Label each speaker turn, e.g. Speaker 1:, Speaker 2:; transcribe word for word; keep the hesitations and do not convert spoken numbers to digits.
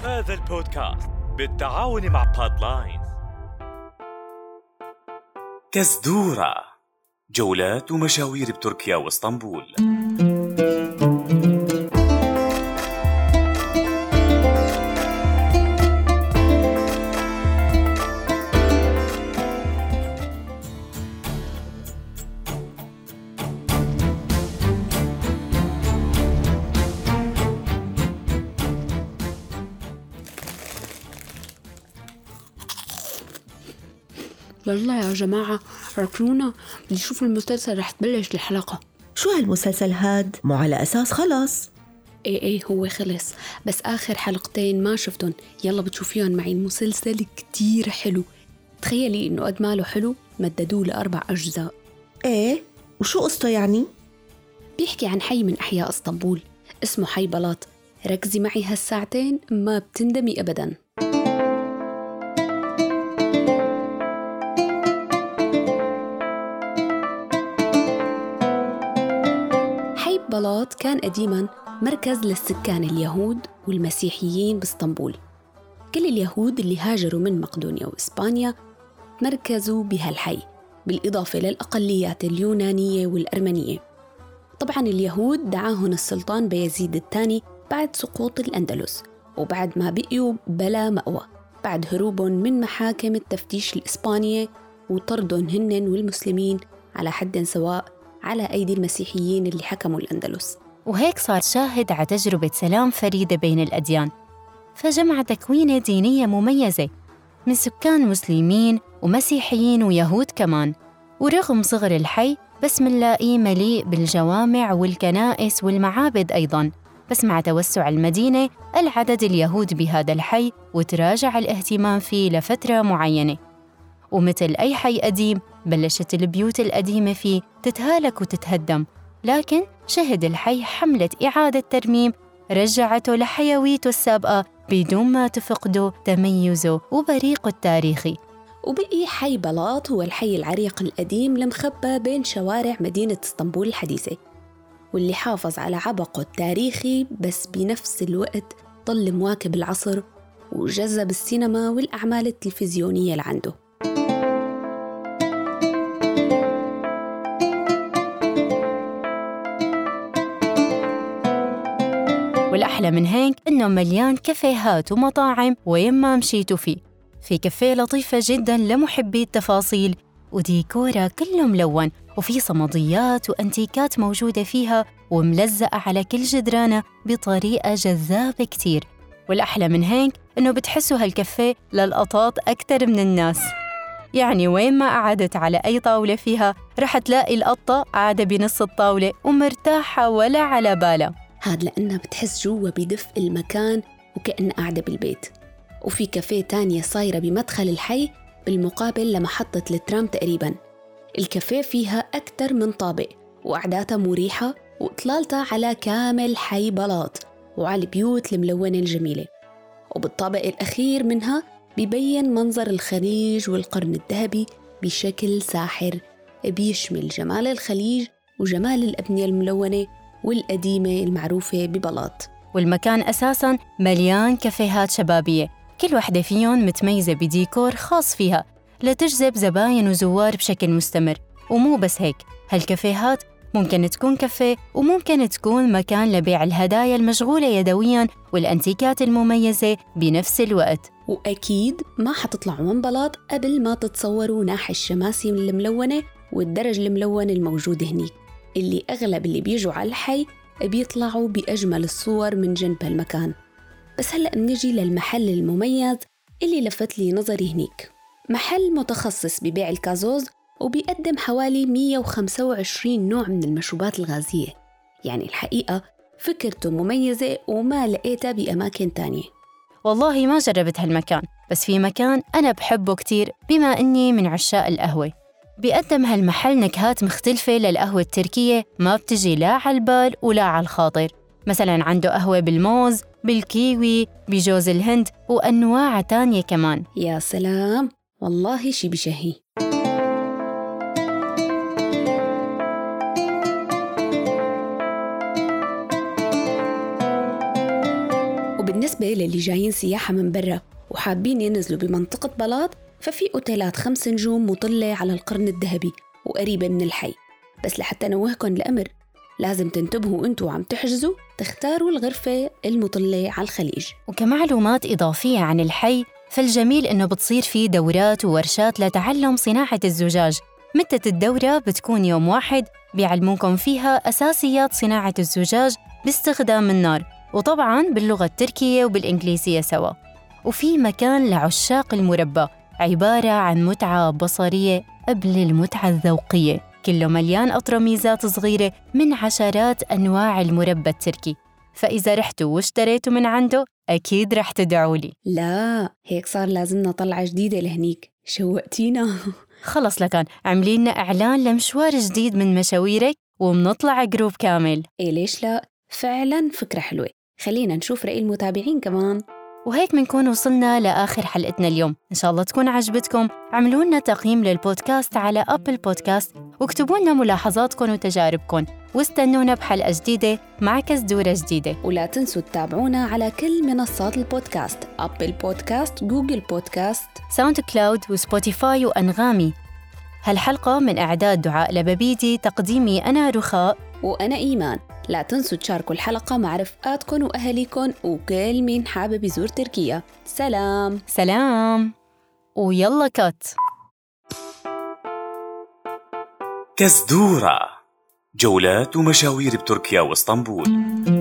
Speaker 1: هذا البودكاست بالتعاون مع بادلاينز. كزدورة، جولات ومشاوير بتركيا واسطنبول.
Speaker 2: يلا يا جماعة ركلونا، بدي شوف المسلسل رح تبلش الحلقة.
Speaker 3: شو هالمسلسل هاد؟ مو على أساس خلص؟
Speaker 2: ايه ايه هو خلص، بس آخر حلقتين ما شفتن. يلا بتشوفيهم معي، المسلسل كتير حلو. تخيلي إنه قد ماله حلو مددوه لأربع أجزاء.
Speaker 3: ايه وشو قصته يعني؟
Speaker 2: بيحكي عن حي من أحياء اسطنبول اسمه حي بلاط. ركزي معي هالساعتين ما بتندمي أبداً. حي بلاط كان قديماً مركز للسكان اليهود والمسيحيين باسطنبول. كل اليهود اللي هاجروا من مقدونيا وإسبانيا تمركزوا بهالحي، بالإضافة للأقليات اليونانية والأرمنية. طبعاً اليهود دعاهم السلطان بايزيد الثاني بعد سقوط الأندلس، وبعد ما بقيوا بلا مأوى بعد هروبهم من محاكم التفتيش الإسبانية وطردهم هن والمسلمين على حد سواء على أيدي المسيحيين اللي حكموا الأندلس.
Speaker 4: وهيك صار شاهد على تجربة سلام فريدة بين الأديان، فجمع تكوينة دينية مميزة من سكان مسلمين ومسيحيين ويهود كمان. ورغم صغر الحي بس منلاقيه مليء بالجوامع والكنائس والمعابد أيضاً. بس مع توسع المدينة العدد اليهود بهذا الحي وتراجع الاهتمام فيه لفترة معينة. ومثل أي حي قديم بلشت البيوت القديمة فيه تتهالك وتتهدم، لكن شهد الحي حملة إعادة ترميم رجعته لحيويته السابقة بدون ما تفقده تميزه وبريقه التاريخي.
Speaker 2: وبقي حي بلاط هو الحي العريق القديم المخبى بين شوارع مدينة اسطنبول الحديثة، واللي حافظ على عبقه التاريخي بس بنفس الوقت ظل مواكب العصر وجذب السينما والأعمال التلفزيونية لعنده.
Speaker 4: والأحلى من هيك إنه مليان كافيهات ومطاعم وين ما مشيتوا فيه. في كافيه لطيفة جداً لمحبي التفاصيل وديكورها كله ملون، وفي صمديات وأنتيكات موجودة فيها وملزقة على كل جدرانة بطريقة جذابة كتير. والأحلى من هيك إنه بتحسوا هالكافيه للقطاط أكتر من الناس، يعني وين ما قعدت على أي طاولة فيها رح تلاقي القطة قاعدة بنص الطاولة ومرتاحة ولا على بالها.
Speaker 2: هاد لأنها بتحس جوا بدفء المكان وكأن قاعدة بالبيت. وفي كافيه تانية صايرة بمدخل الحي بالمقابل لمحطة الترام تقريباً. الكافيه فيها أكتر من طابق وقعداتها مريحة وإطلالتها على كامل حي بلاط وعلى البيوت الملونة الجميلة. وبالطابق الأخير منها بيبين منظر الخليج والقرن الذهبي بشكل ساحر، بيشمل جمال الخليج وجمال الأبنية الملونة والقديمة المعروفة ببلاط.
Speaker 4: والمكان أساساً مليان كافيهات شبابية، كل واحدة فيهم متميزة بديكور خاص فيها لتجذب زباين وزوار بشكل مستمر. ومو بس هيك، هالكافيهات ممكن تكون كافيه وممكن تكون مكان لبيع الهدايا المشغولة يدوياً والأنتيكات المميزة بنفس الوقت.
Speaker 2: وأكيد ما حتطلعوا من بلاط قبل ما تتصوروا ناحي الشماسي الملونة والدرج الملون الموجود هنيك، اللي أغلب اللي بيجوا على الحي بيطلعوا بأجمل الصور من جنب هالمكان. بس هلأ نجي للمحل المميز اللي لفت لي نظري هنيك. محل متخصص ببيع الكازوز وبيقدم حوالي مية وخمسة وعشرين نوع من المشروبات الغازية. يعني الحقيقة فكرته مميزة وما لقيتها بأماكن تانية.
Speaker 4: والله ما جربت هالمكان، بس في مكان أنا بحبه كتير بما أني من عشاق القهوة. بيقدم هالمحل نكهات مختلفة للقهوة التركية ما بتجي لا على البال ولا على الخاطر. مثلاً عنده قهوة بالموز، بالكيوي، بجوز الهند وأنواع تانية كمان.
Speaker 2: يا سلام، والله شي بشهي. وبالنسبة للي جايين سياحة من برا وحابين ينزلوا بمنطقة بلاط، ففي أوتيلات خمس نجوم مطلة على القرن الذهبي وقريبة من الحي. بس لحتى نوهكم الأمر، لازم تنتبهوا أنتوا عم تحجزوا تختاروا الغرفة المطلة على الخليج.
Speaker 4: وكمعلومات إضافية عن الحي، فالجميل إنه بتصير فيه دورات وورشات لتعلم صناعة الزجاج. مدة الدورة بتكون يوم واحد، بيعلموكم فيها أساسيات صناعة الزجاج باستخدام النار، وطبعاً باللغة التركية وبالإنجليزية سوا. وفي مكان لعشاق المربى، عبارة عن متعة بصرية قبل المتعة الذوقية، كله مليان أطرميزات صغيرة من عشرات أنواع المربى التركي. فإذا رحتوا واشتريتوا من عنده أكيد رح تدعوا لي.
Speaker 2: لا هيك صار لازمنا طلعة جديدة لهنيك، شوقتينا.
Speaker 4: خلص لكان عملي لنا إعلان لمشوار جديد من مشاويرك ومنطلع جروب كامل.
Speaker 2: إيه ليش لا؟ فعلاً فكرة حلوة، خلينا نشوف رأي المتابعين كمان.
Speaker 4: وهيك منكون وصلنا لآخر حلقتنا اليوم. إن شاء الله تكون عجبتكم. عملوا لنا تقييم للبودكاست على أبل بودكاست، واكتبوا لنا ملاحظاتكم وتجاربكم، واستنونا بحلقة جديدة مع كزدورة جديدة.
Speaker 2: ولا تنسوا تتابعونا على كل منصات البودكاست: أبل بودكاست، جوجل بودكاست،
Speaker 4: ساوند كلاود وسبوتيفاي وأنغامي. هالحلقة من إعداد دعاء لببيدي، تقديمي أنا رخاء
Speaker 2: وأنا إيمان. لا تنسوا تشاركوا الحلقة مع رفقاتكم وأهليكم وكل مين حابب يزور تركيا. سلام
Speaker 4: سلام ويلا كات.
Speaker 1: كزدورة، جولات ومشاوير بتركيا واسطنبول.